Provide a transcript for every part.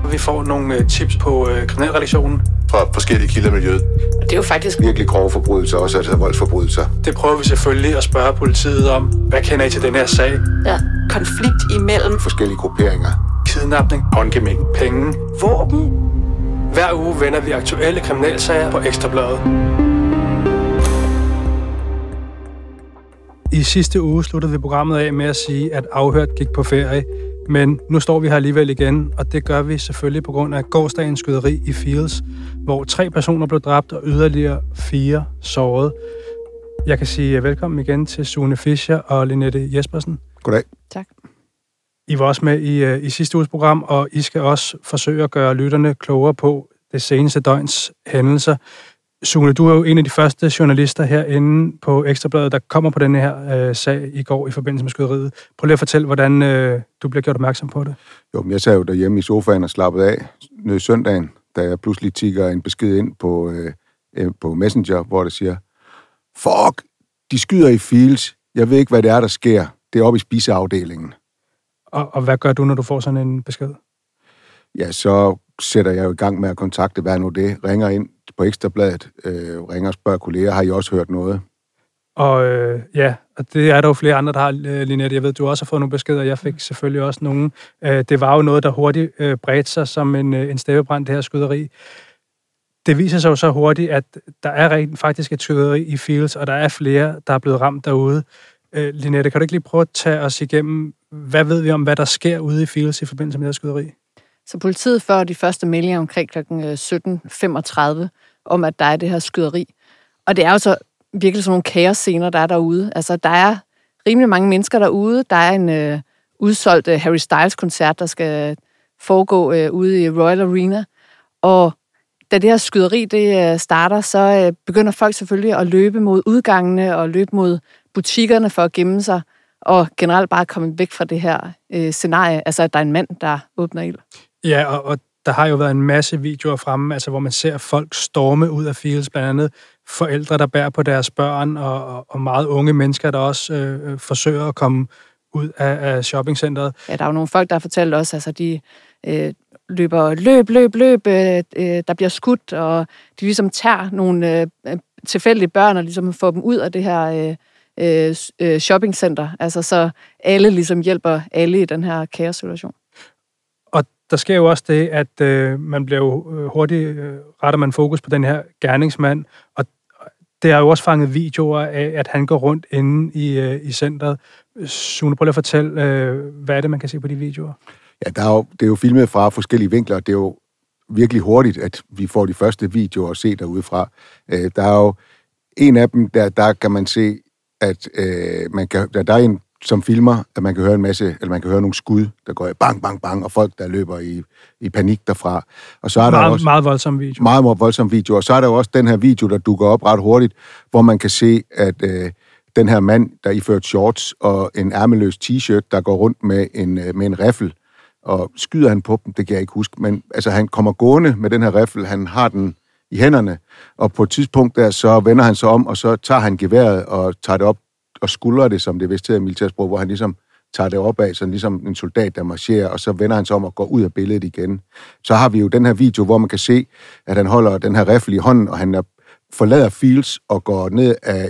Vi får nogle tips på kriminalredaktionen. Fra forskellige kilder i miljøet. Det er jo faktisk virkelig grove forbrydelser, også altså voldsforbrydelser. Det prøver vi selvfølgelig at spørge politiet om. Hvad kender I til den her sag? Ja, konflikt imellem forskellige grupperinger. Kidnapning, håndgemæng, penge, våben. Hver uge vender vi aktuelle kriminalsager på Ekstra Bladet. I sidste uge sluttede vi programmet af med at sige, at Afhørt gik på ferie. Men nu står vi her alligevel igen, og det gør vi selvfølgelig på grund af gårsdagens skyderi i Fields, hvor 3 personer blev dræbt og yderligere 4 såret. Jeg kan sige velkommen igen til Sune Fischer og Linette Jespersen. Goddag. Tak. I var også med i sidste uges program, og I skal også forsøge at gøre lytterne klogere på det seneste døgns hændelser. Sune, du er jo en af de første journalister herinde på Ekstra Bladet, der kommer på denne her sag i går i forbindelse med skyderiet. Prøv lige at fortælle, hvordan du bliver gjort opmærksom på det. Jo, men jeg sad jo derhjemme i sofaen og slappede af nede søndagen, da jeg pludselig tigger en besked ind på Messenger, hvor det siger, fuck, de skyder i Fields. Jeg ved ikke, hvad det er, der sker. Det er oppe i spiseafdelingen. Og hvad gør du, når du får sådan en besked? Ja, så sætter jeg jo i gang med at kontakte, hvad nu det, ringer ind på Ekstrabladet, ringer og spørger kolleger, har I også hørt noget? Og og det er der jo flere andre, der har, Linette. Jeg ved, du også har fået nogle beskeder, jeg fik selvfølgelig også nogle. Det var jo noget, der hurtigt bredte sig som en stævebrand, det her skyderi. Det viser sig jo så hurtigt, at der er faktisk et skyderi i Fields, og der er flere, der er blevet ramt derude. Linette, kan du ikke lige prøve at tage os igennem, hvad ved vi om, hvad der sker ude i Fields i forbindelse med det her skyderi? Så politiet får de første meldinger omkring kl. 17.35 om, at der er det her skyderi. Og det er jo så virkelig sådan nogle kaosscener, der er derude. Altså, der er rimelig mange mennesker derude. Der er en udsolgt Harry Styles-koncert, der skal foregå ude i Royal Arena. Og da det her skyderi det starter, så begynder folk selvfølgelig at løbe mod udgangene og løbe mod butikkerne for at gemme sig. Og generelt bare komme væk fra det her scenarie. Altså, at der er en mand, der åbner ild. Ja, og der har jo været en masse videoer fremme, altså hvor man ser folk storme ud af Fields, blandt andet forældre, der bærer på deres børn, og meget unge mennesker, der også forsøger at komme ud af shoppingcenteret. Ja, der er jo nogle folk, der har fortalt også, altså de løber løb, der bliver skudt, og de ligesom tager nogle tilfældige børn og ligesom får dem ud af det her shoppingcenter. Altså så alle ligesom hjælper alle i den her kaossituation. Og der sker jo også det, at man bliver jo hurtigt, retter man fokus på den her gerningsmand, og det er jo også fanget videoer af, at han går rundt inde i centret. Sune, prøv lige at fortælle, hvad er det, man kan se på de videoer? Ja, det er jo filmet fra forskellige vinkler, og det er jo virkelig hurtigt, at vi får de første videoer at se derudefra. Der er jo en af dem, der kan man se, at der er en, som filmer, at man kan høre en masse, eller man kan høre nogle skud, der går bang, bang, bang, og folk, der løber i panik derfra. Og så er der også meget voldsom video. Meget voldsom video. Og så er der jo også den her video, der dukker op ret hurtigt, hvor man kan se, at den her mand, der iført shorts og en ærmeløs t-shirt, der går rundt med en riffel, og skyder han på dem, det kan jeg ikke huske, men altså han kommer gående med den her riffel, han har den i hænderne, og på et tidspunkt der, så vender han sig om, og så tager han geværet og tager det op og skuldrer det, som det vist hedder i militærsprog, hvor han ligesom tager det opad, sådan ligesom en soldat, der marcherer, og så vender han sig om og går ud af billedet igen. Så har vi jo den her video, hvor man kan se, at han holder den her riffel i hånden, og han forlader Fields og går ned af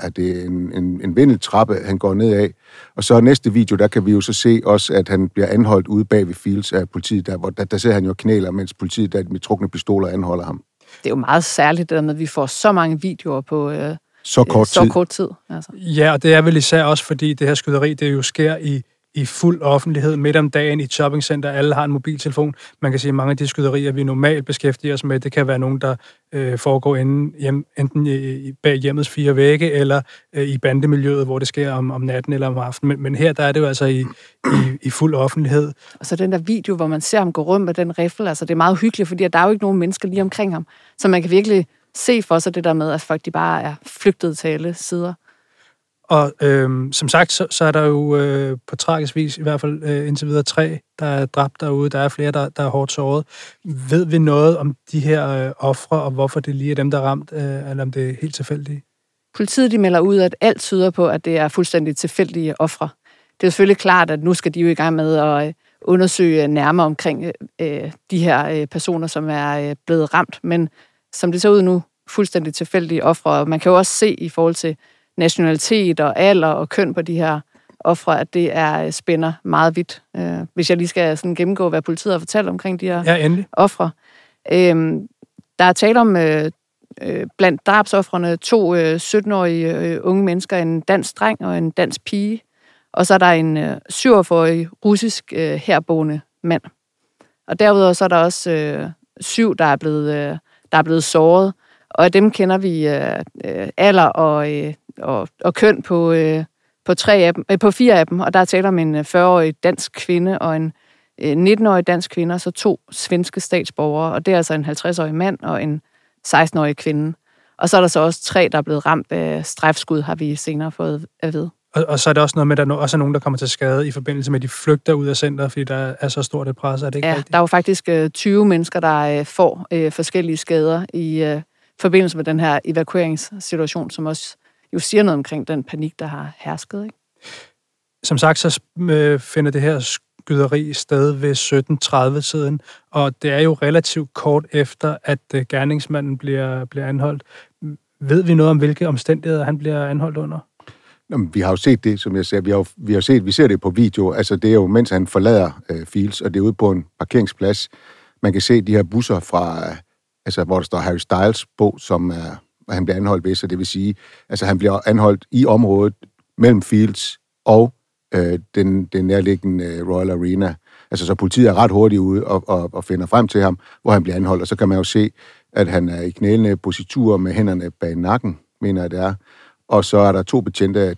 en vindeltrappe, han går ned af. Og så næste video, der kan vi jo så se også, at han bliver anholdt ude bag ved Fields af politiet, der ser han jo knæler, mens politiet der med trukne pistoler anholder ham. Det er jo meget særligt, det der med, at vi får så mange videoer på så kort tid. Altså. Ja, og det er vel især også, fordi det her skyderi, det jo sker i fuld offentlighed midt om dagen i et shoppingcenter. Alle har en mobiltelefon. Man kan sige, at mange af de skyderier, vi normalt beskæftiger os med, det kan være nogen, der foregår enten bag hjemmets 4 vægge, eller i bandemiljøet, hvor det sker om natten eller om aftenen. Men her, der er det jo altså i fuld offentlighed. Og så den der video, hvor man ser ham gå rundt med den riffel, altså det er meget hyggeligt, fordi der er jo ikke nogen mennesker lige omkring ham. Så man kan virkelig se for sig det der med, at folk de bare er flygtet til alle sider. Og som sagt, så er der jo på tragisk vis, i hvert fald indtil videre 3, der er dræbt derude. Der er flere, der er hårdt såret. Ved vi noget om de her ofre, og hvorfor det lige er dem, der er ramt, eller om det er helt tilfældigt? Politiet de melder ud, at alt tyder på, at det er fuldstændig tilfældige ofre. Det er selvfølgelig klart, at nu skal de jo i gang med at undersøge nærmere omkring de her personer, som er blevet ramt. Men som det ser ud nu, fuldstændig tilfældige ofre. Man kan jo også se i forhold til nationalitet og alder og køn på de her ofre, at det spænder meget vidt. Hvis jeg lige skal sådan gennemgå, hvad politiet har fortalt omkring de her ofre. Der er tale om blandt drabsoffrene 2 17-årige unge mennesker, en dansk dreng og en dansk pige. Og så er der en 47-årig russisk herboende mand. Og derudover så er der også 7, der er blevet såret. Og af dem kender vi alder og køn på 4 af dem. Og der er tale om en 40-årig dansk kvinde og en 19-årig dansk kvinde, og så 2 svenske statsborgere. Og det er altså en 50-årig mand og en 16-årig kvinde. Og så er der så også 3, der er blevet ramt af strejfskud, har vi senere fået at vide. Og så er det også noget med, at der også er nogen, der kommer til skade i forbindelse med, at de flygter ud af centret, fordi der er så stort et pres, er det ikke rigtigt? Der er jo faktisk 20 mennesker, der får forskellige skader i forbindelse med den her evakueringssituation, som også jo siger noget omkring den panik, der har hersket. Ikke? Som sagt, så finder det her skyderi sted ved 17:30-tiden, og det er jo relativt kort efter, at gerningsmanden bliver anholdt. Ved vi noget om, hvilke omstændigheder han bliver anholdt under? Jamen, vi har jo set det, som jeg sagde. Vi ser det på video. Altså, det er jo, mens han forlader Fields, og det er ude på en parkeringsplads. Man kan se de her busser fra, hvor der står Harry Styles på, som han bliver anholdt ved. Så det vil sige, altså han bliver anholdt i området mellem Fields og den nærliggende Royal Arena. Altså, så politiet er ret hurtigt ude og finder frem til ham, hvor han bliver anholdt. Og så kan man jo se, at han er i knælende positur med hænderne bag nakken, mener jeg det er. Og så er der 2 betjente,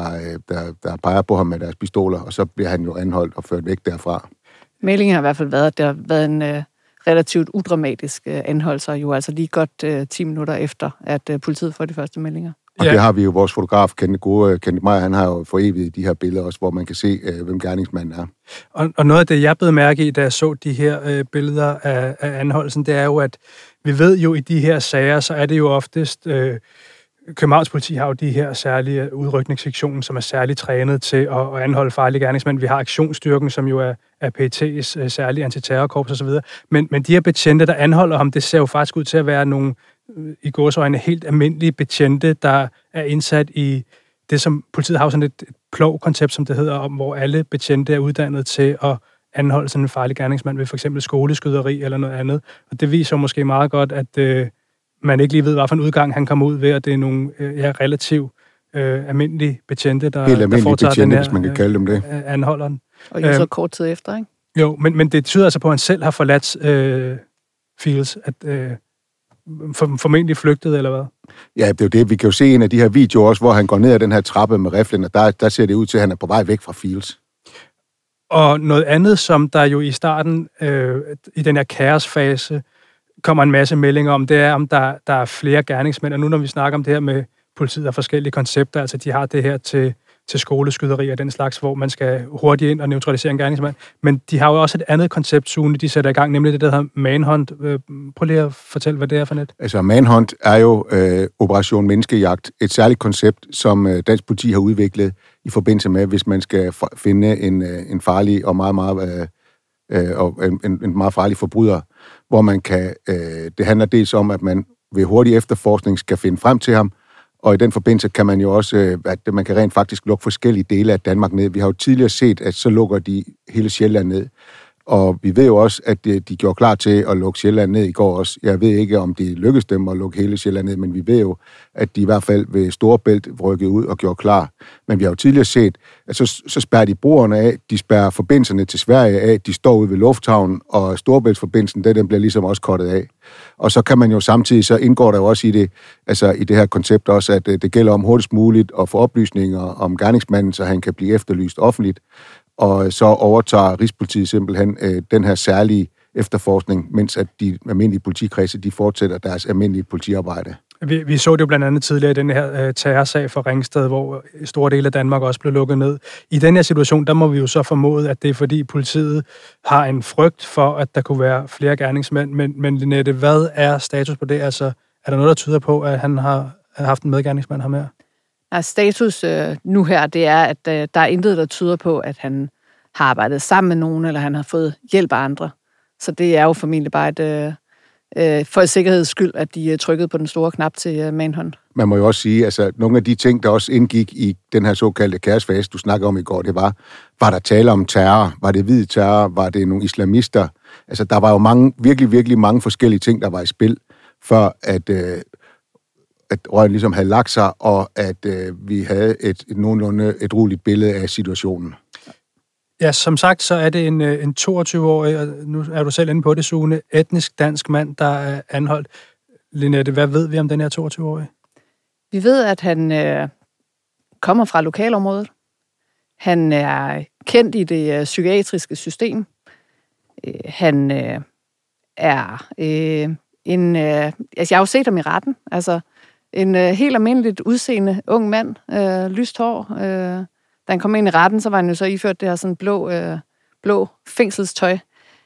der peger på ham med deres pistoler, og så bliver han jo anholdt og ført væk derfra. Meldingen har i hvert fald været, at det har været en relativt udramatisk anholdelse, jo altså lige godt 10 minutter efter, at politiet får de første meldinger. Og det har vi jo, vores fotograf, Kenneth Meyer, han har jo foreviget de her billeder også, hvor man kan se, hvem gerningsmanden er. Og noget af det, jeg blev mærke i, da jeg så de her billeder af anholdelsen, det er jo, at vi ved jo, i de her sager, så er det jo oftest... Københavns politi har jo de her særlige udrykningssektioner, som er særligt trænet til at anholde farlige gerningsmænd. Vi har aktionsstyrken, som jo er PET's særlige antiterrorkorps osv. Men de her betjente, der anholder ham, det ser jo faktisk ud til at være nogle, i gåseøjne, helt almindelige betjente, der er indsat i det, som politiet har jo sådan et PLOV-koncept, som det hedder, om hvor alle betjente er uddannet til at anholde sådan en farlig gerningsmand ved for eksempel skoleskyderi eller noget andet. Og det viser jo måske meget godt, at man ikke lige ved, hvad for en udgang han kommer ud ved, og det er nogle relativt almindelige betjente, der foretager betjente, den her, hvis man kan kalde dem det. Anholderen. Og jo så kort tid efter, ikke? Jo, men det tyder altså på, at han selv har forladt Fields, at formentlig flygtet, eller hvad? Ja, det er jo det. Vi kan jo se en af de her videoer også, hvor han går ned ad den her trappe med riflen, og der ser det ud til, at han er på vej væk fra Fields. Og noget andet, som der jo i starten, i den her kaosfase, kommer en masse meldinger om, det er, om der er flere gerningsmænd. Og nu, når vi snakker om det her med politiet og forskellige koncepter, altså de har det her til skoleskyderi og den slags, hvor man skal hurtigt ind og neutralisere en gerningsmand. Men de har jo også et andet koncept, Sune, de sætter i gang, nemlig det, der hedder Manhunt. Prøv lige at fortælle, hvad det er for net. Altså, Manhunt er jo Operation Menneskejagt. Et særligt koncept, som dansk politi har udviklet i forbindelse med, hvis man skal finde en farlig og en meget farlig forbryder, hvor man kan... det handler dels om, at man ved hurtig efterforskning skal finde frem til ham, og i den forbindelse kan man jo også, at man kan rent faktisk lukke forskellige dele af Danmark ned. Vi har jo tidligere set, at så lukker de hele Sjælland ned. Og vi ved jo også, at de gjorde klar til at lukke Sjælland ned i går også. Jeg ved ikke, om det lykkedes dem at lukke hele Sjælland ned, men vi ved jo, at de i hvert fald ved Storebælt rykkede ud og gjorde klar. Men vi har jo tidligere set, at så spærrer de broerne af, de spærrer forbindelserne til Sverige af, de står ude ved lufthavnen, og Storebæltsforbindelsen, den bliver ligesom også kortet af. Og så kan man jo samtidig, så indgår der jo også i det her koncept også, at det gælder om hurtigst muligt at få oplysninger om gerningsmanden, så han kan blive efterlyst offentligt. Og så overtager Rigspolitiet simpelthen den her særlige efterforskning, mens at de almindelige politikredse, de fortsætter deres almindelige politiarbejde. Vi så det jo blandt andet tidligere i den her terrorsag for Ringsted, hvor store dele af Danmark også blev lukket ned. I den her situation, der må vi jo så formode, at det er fordi politiet har en frygt for, at der kunne være flere gerningsmænd. Men Linette, hvad er status på det? Altså, er der noget, der tyder på, at han har haft en medgerningsmand her med? Status nu her, det er, at der er intet, der tyder på, at han har arbejdet sammen med nogen, eller han har fået hjælp af andre. Så det er jo formentlig bare for sikkerheds skyld, at de trykkede på den store knap til Manhunt. Man må jo også sige, altså nogle af de ting, der også indgik i den her såkaldte kaosfase, du snakker om i går, det var der tale om terror? Var det hvid terror? Var det nogle islamister? Altså, der var jo virkelig, virkelig mange forskellige ting, der var i spil, før at røgen ligesom havde lagt sig, og at vi havde et nogenlunde ædrueligt billede af situationen. Ja, som sagt, så er det en 22-årig, og nu er du selv inde på det, Sune, etnisk dansk mand, der er anholdt. Linette, hvad ved vi om den her 22-årige? Vi ved, at han kommer fra lokalområdet. Han er kendt i det psykiatriske system. Han er jeg har jo set ham i retten. Altså, en helt almindeligt udseende ung mand, lyst hår. Da han kom ind i retten, så var han jo så iført det her sådan blå fængselstøj.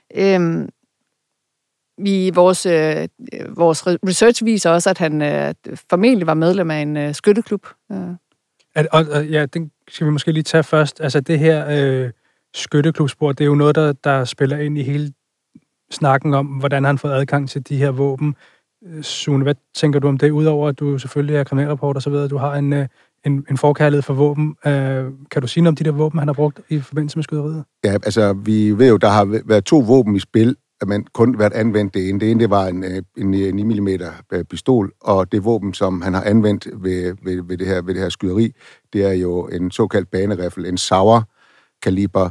Vores research viser også, at han formentlig var medlem af en skytteklub. Ja, den skal vi måske lige tage først. Altså det her skytteklubspor, det er jo noget, der spiller ind i hele snakken om, hvordan han har fået adgang til de her våben. Sune, hvad tænker du om det? Udover at du selvfølgelig er kriminalreporter, så ved at du har en forkærlighed for våben. Kan du sige noget om de der våben, han har brugt i forbindelse med skyderiet? Ja, altså vi ved jo, der har været 2 våben i spil, at man kun været anvendt det ene. Det ene, det var en 9 mm pistol, og det våben, som han har anvendt ved det her skyderi, det er jo en såkaldt baneriffel, en Sauer kaliber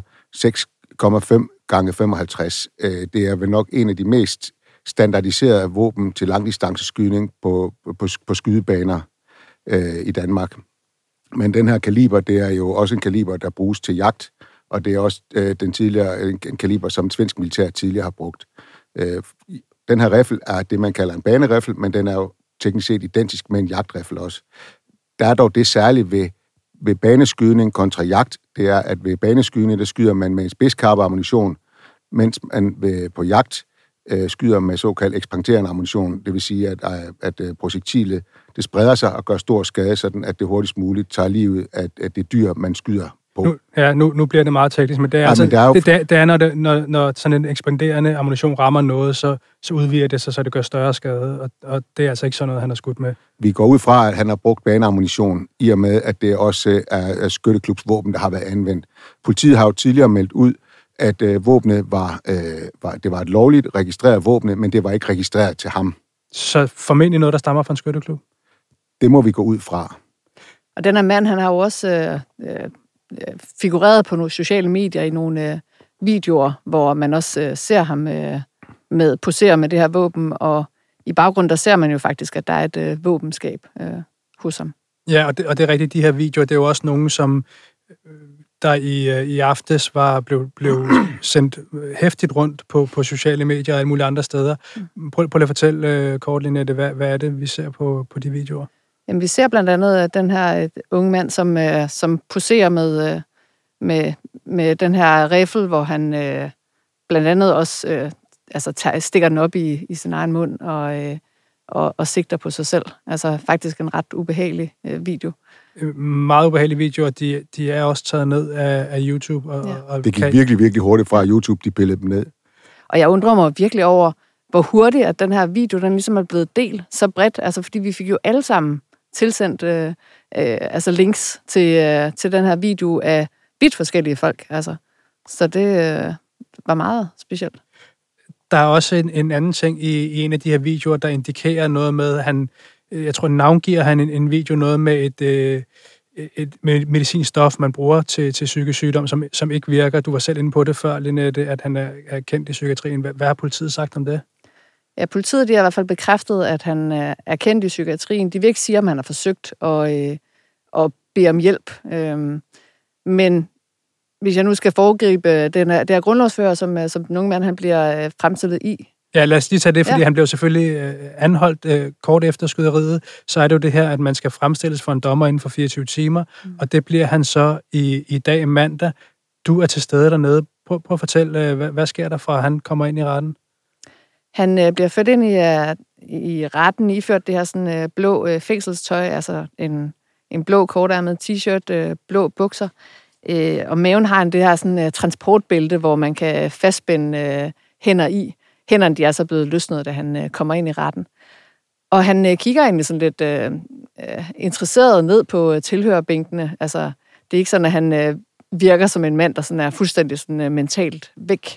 6,5 gange 55. Det er vel nok en af de mest standardiserede våben til langdistanceskydning på skydebaner i Danmark. Men den her kaliber, det er jo også en kaliber, der bruges til jagt, og det er også en kaliber, som svensk militær tidligere har brugt. Den her riffel er det, man kalder en baneriffel, men den er jo teknisk set identisk med en jagtriffel også. Der er dog det særlige ved baneskydning kontra jagt, det er, at ved baneskydning, der skyder man med en spidskarpe ammunition, mens man på jagt skyder med såkaldt ekspanderende ammunition. Det vil sige, at projektilet det spreder sig og gør stor skade, sådan at det hurtigst muligt tager livet af det dyr, man skyder på. Nu bliver det meget teknisk, men det er, når sådan en ekspanderende ammunition rammer noget, så udvider det sig, så det gør større skade, og det er altså ikke sådan noget, han har skudt med. Vi går ud fra, at han har brugt baneammunition, i og med, at det også er skytteklubsvåben, der har været anvendt. Politiet har jo tidligere meldt ud, at våbnet var et lovligt registreret våben, men det var ikke registreret til ham. Så formentlig noget, der stammer fra en skytteklub? Det må vi gå ud fra. Og den her mand, han har jo også figureret på nogle sociale medier i nogle videoer, hvor man også ser ham posere med det her våben, og i baggrunden, der ser man jo faktisk, at der er et våbenskab hos ham. Ja, og det er rigtigt, de her videoer, det er jo også nogen, som der i aftes blev sendt hæftigt rundt på sociale medier og alle mulige andre steder. Prøv lige at fortælle kort, Linette, hvad er det, vi ser på de videoer? Jamen, vi ser blandt andet den her unge mand, som poserer med den her riffel, hvor han blandt andet også stikker den op i sin egen mund og sigter på sig selv. Altså faktisk en ret ubehagelig video. Meget ubehagelig video, og de er også taget ned af YouTube. Og det gik virkelig, virkelig hurtigt fra YouTube, de pillede dem ned. Og jeg undrer mig virkelig over, hvor hurtigt at den her video, den ligesom er blevet delt så bredt. Altså fordi vi fik jo alle sammen tilsendt links til den her video af vidt forskellige folk. Altså. Så det var meget specielt. Der er også en anden ting i en af de her videoer, der indikerer noget med, jeg tror, navngiver han en video noget med et medicinstof, man bruger til psykisk sygdom, som ikke virker. Du var selv inde på det før, Linette, at han er kendt i psykiatrien. Hvad har politiet sagt om det? Ja, politiet de har i hvert fald bekræftet, at han er kendt i psykiatrien. De vil ikke sige, om han har forsøgt at bede om hjælp. Men hvis jeg nu skal foregribe det her grundlovsfører, som den unge mand han bliver fremstillet i. Ja, lad os lige tage det, fordi han blev selvfølgelig anholdt kort efter skyderiet. Så er det jo det her, at man skal fremstilles for en dommer inden for 24 timer, og det bliver han så i dag mandag. Du er til stede dernede. Prøv at fortælle, hvad sker der fra, han kommer ind i retten? Han bliver ført ind i retten, iført det her sådan blå fængselstøj, altså en blå kortærmet t-shirt, blå bukser. Og maven har det her sådan, transportbælte, hvor man kan fastspænde hænder i. Hænderne de er så blevet løsnet, da han kommer ind i retten. Og han kigger egentlig sådan lidt interesseret ned på tilhørerbænkene. Altså, det er ikke sådan, at han virker som en mand, der sådan er fuldstændig sådan, mentalt væk.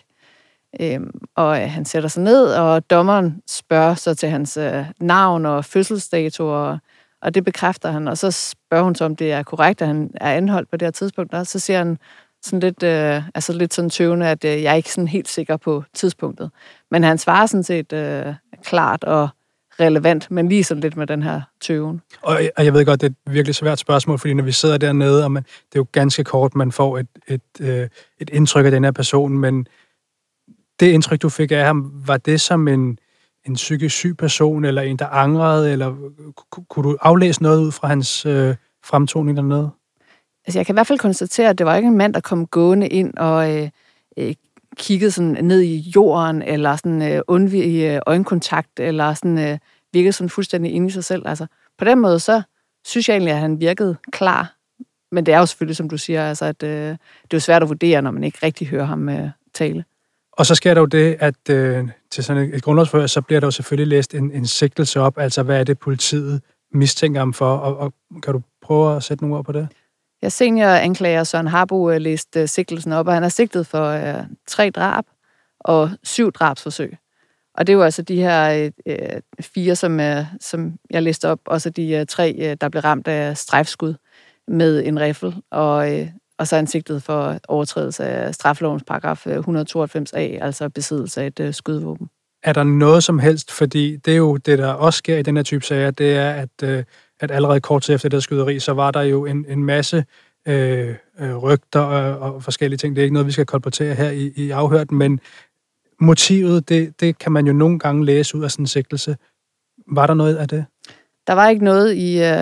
Og han sætter sig ned, og dommeren spørger så til hans navn og fødselsdato, og det bekræfter han. Og så spørger hun så, om det er korrekt, at han er anholdt på det her tidspunkt. Og så siger han sådan lidt sådan tøvende, at jeg er ikke sådan helt sikker på tidspunktet. Men han svarer sådan set klart og relevant, men lige sådan lidt med den her tøven. Og jeg ved godt, det er et virkelig svært spørgsmål, fordi når vi sidder dernede, og det er jo ganske kort, man får et indtryk af den her person, men det indtryk, du fik af ham, var det som en psykisk syg person, eller en, der angrede, eller kunne du aflæse noget ud fra hans fremtoning dernede? Altså, jeg kan i hvert fald konstatere, at det var ikke en mand, der kom gående ind og kiggede sådan ned i jorden, eller sådan undvig øjenkontakt, eller sådan virkede sådan fuldstændig inde i sig selv. Altså, på den måde, så synes jeg egentlig, at han virkede klar. Men det er jo selvfølgelig, som du siger, altså, at det er jo svært at vurdere, når man ikke rigtig hører ham tale. Og så sker der jo det, at til sådan et grundlovsforhør, så bliver der jo selvfølgelig læst en sigtelse op, altså hvad er det, politiet mistænker ham for, og kan du prøve at sætte nogle ord på det? Ja, senioranklager Søren Harbo læste sigtelsen op, og han er sigtet for 3 drab og 7 drabsforsøg. Og det er jo altså de her 4, som jeg læste op, og så de 3, der blev ramt af strejfskud med en riffel, og så er han sigtet for overtrædelse af straffelovens paragraf 192a, altså besiddelse af et skydevåben. Er der noget som helst, fordi det er jo det, der også sker i den her type sager, det er, at allerede kort tid efter det der skyderi, så var der jo en masse rygter og forskellige ting. Det er ikke noget, vi skal kolportere her i afhørt, men motivet, det kan man jo nogle gange læse ud af sådan en sigtelse. Var der noget af det? Der var ikke noget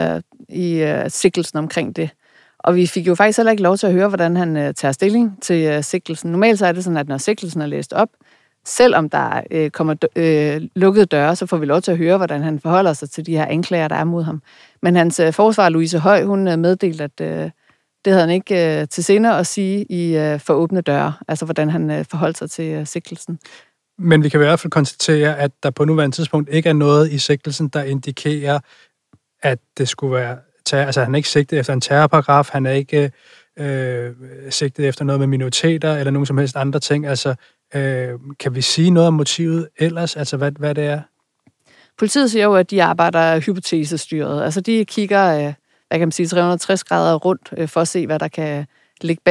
i sigtelsen omkring det. Og vi fik jo faktisk heller ikke lov til at høre, hvordan han tager stilling til sigtelsen. Normalt så er det sådan, at når sigtelsen er læst op, selvom der kommer lukkede døre, så får vi lov til at høre, hvordan han forholder sig til de her anklager, der er mod ham. Men hans forsvarer, Louise Høj, hun meddelte, at det havde han ikke til sinde at sige i for åbne døre, altså hvordan han forholdt sig til sigtelsen. Men vi kan i hvert fald konstatere, at der på nuværende tidspunkt ikke er noget i sigtelsen, der indikerer, at det skulle være altså han er ikke sigtet efter en terrorparagraf, han er ikke sigtet efter noget med minoriteter eller nogen som helst andre ting. Altså, kan vi sige noget om motivet ellers, altså hvad det er? Politiet siger jo, at de arbejder hypotesestyret. Altså de kigger, hvad kan man sige, 360 grader rundt for at se, hvad der kan ligge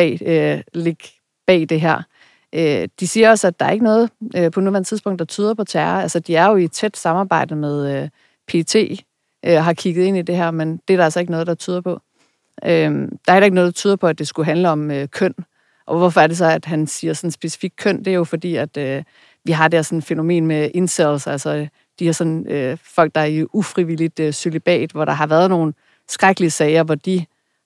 bag det her. De siger også, at der er ikke noget på nuværende tidspunkt, der tyder på terror. Altså de er jo i tæt samarbejde med PET, har kigget ind i det her, men det er der altså ikke noget, der tyder på. Der er heller ikke noget, der tyder på, at det skulle handle om køn. Og hvorfor er det så, at han siger sådan specifikt køn? Det er jo fordi, at vi har der sådan et fænomen med incels, altså de her sådan folk, der er i ufrivilligt cølibat, hvor der har været nogle skrækkelige sager, hvor de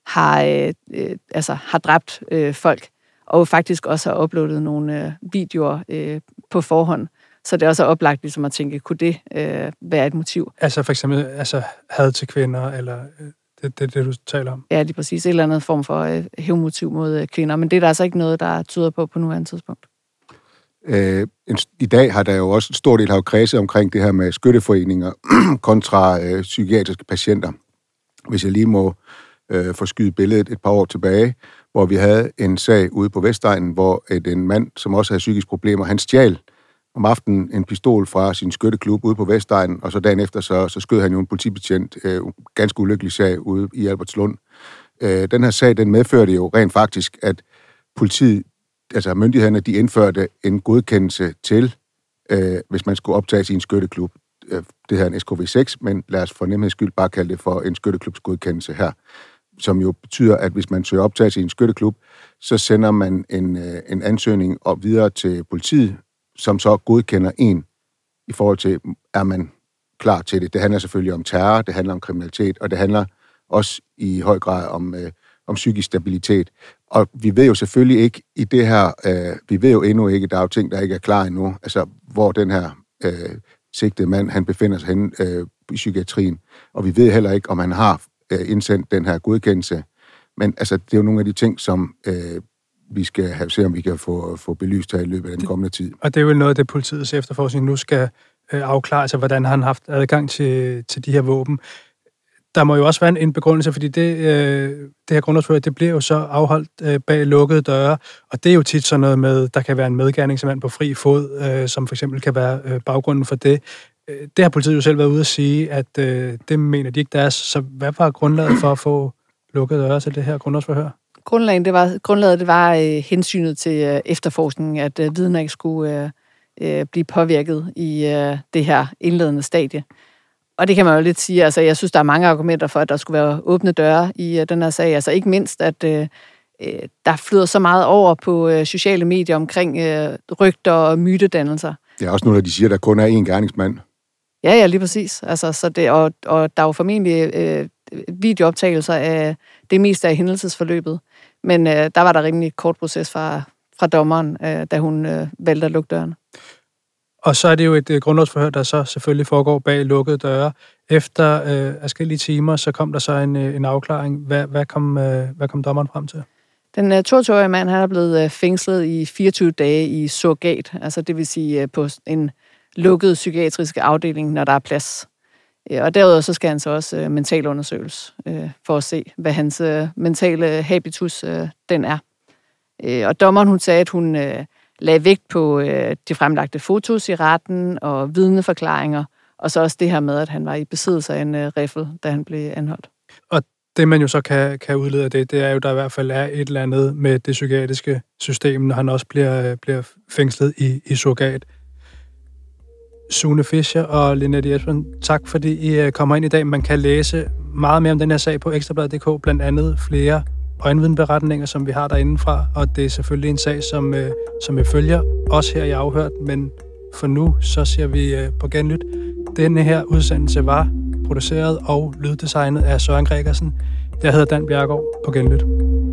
har dræbt folk, og faktisk også har uploadet nogle videoer på forhånd. Så det er også oplagt ligesom at tænke, kunne det være et motiv? Altså for eksempel had til kvinder, eller det du taler om? Ja, det er præcis. Et eller andet form for hævnmotiv mod kvinder, men det er der altså ikke noget, der tyder på nuværende tidspunkt. I dag har der jo også en stor del kredset omkring det her med skytteforeninger kontra psykiatriske patienter. Hvis jeg lige må forskyde billedet et par år tilbage, hvor vi havde en sag ude på Vestegnen, hvor en mand, som også havde psykiske problemer, han stjal om aftenen en pistol fra sin skytteklub ude på Vestegnen, og så dagen efter, så skød han jo en politibetjent, ganske ulykkelig sag ude i Albertslund. Den her sag, den medførte jo rent faktisk, at politiet, altså myndighederne, de indførte en godkendelse til, hvis man skulle optages i en skytteklub. Det her er en SKV6, men lad os for nemheds skyld bare kalde det for en skytteklubsgodkendelse her, som jo betyder, at hvis man søger optagelse i en skytteklub, så sender man en ansøgning op videre til politiet, som så godkender en i forhold til, er man klar til det. Det handler selvfølgelig om terror, det handler om kriminalitet, og det handler også i høj grad om psykisk stabilitet. Og vi ved jo selvfølgelig ikke i det her, vi ved jo endnu ikke, der er jo ting, der ikke er klar endnu, altså hvor den her sigtede mand, han befinder sig henne i psykiatrien. Og vi ved heller ikke, om han har indsendt den her godkendelse. Men altså, det er jo nogle af de ting, som vi skal se, om vi kan få belyst her i løbet af den kommende tid. Og det er jo noget af det, politiets efterforskning nu skal afklare, altså hvordan han har haft adgang til de her våben. Der må jo også være en begrundelse, fordi det her grundlovsforhør, det bliver jo så afholdt bag lukkede døre, og det er jo tit sådan noget med, der kan være en medgerningsmand på fri fod, som for eksempel kan være baggrunden for det. Det har politiet jo selv været ude at sige, at det mener de ikke, der er. Så hvad var grundlaget for at få lukkede døre til det her grundlovsforhør? Grundlaget var hensynet til efterforskningen, at vidner ikke skulle blive påvirket i det her indledende stadie. Og det kan man jo lidt sige, altså jeg synes, der er mange argumenter for, at der skulle være åbne døre i den her sag. Altså ikke mindst, at der flyder så meget over på sociale medier omkring rygter og mytedannelser. Det er også noget, de siger, der kun er én gerningsmand. Ja, lige præcis. Altså, så det, og der er jo formentlig videooptagelser af det meste af hændelsesforløbet. Men der var der rimelig kort proces fra dommeren, da hun valgte at lukke dørene. Og så er det jo et grundlovsforhør, der så selvfølgelig foregår bag lukkede døre. Efter adskillige timer, så kom der så en afklaring. Hvad kom dommeren frem til? Den 22-årige mand, han er blevet fængslet i 24 dage i surrogat, altså det vil sige på en lukket psykiatrisk afdeling, når der er plads. Og derudover så skal han så også mentalundersøges for at se, hvad hans mentale habitus den er. Og dommeren, hun sagde, at hun lagde vægt på de fremlagte fotos i retten og vidneforklaringer, og så også det her med, at han var i besiddelse af en riffel, da han blev anholdt. Og det, man jo så kan udlede af det er jo, der i hvert fald er et eller andet med det psykiatriske system, når han også bliver fængslet i surrogat. Sune Fischer og Linette Jespersen, tak fordi I kommer ind i dag. Man kan læse meget mere om den her sag på ekstrabladet.dk, blandt andet flere øjenvidneberetninger, som vi har derindefra, og det er selvfølgelig en sag, som vi følger også her i Afhørt, men for nu, så siger vi på genlyt. Denne her udsendelse var produceret og lyddesignet af Søren Gregersen. Jeg hedder Dan Bjerregaard. På genlyt.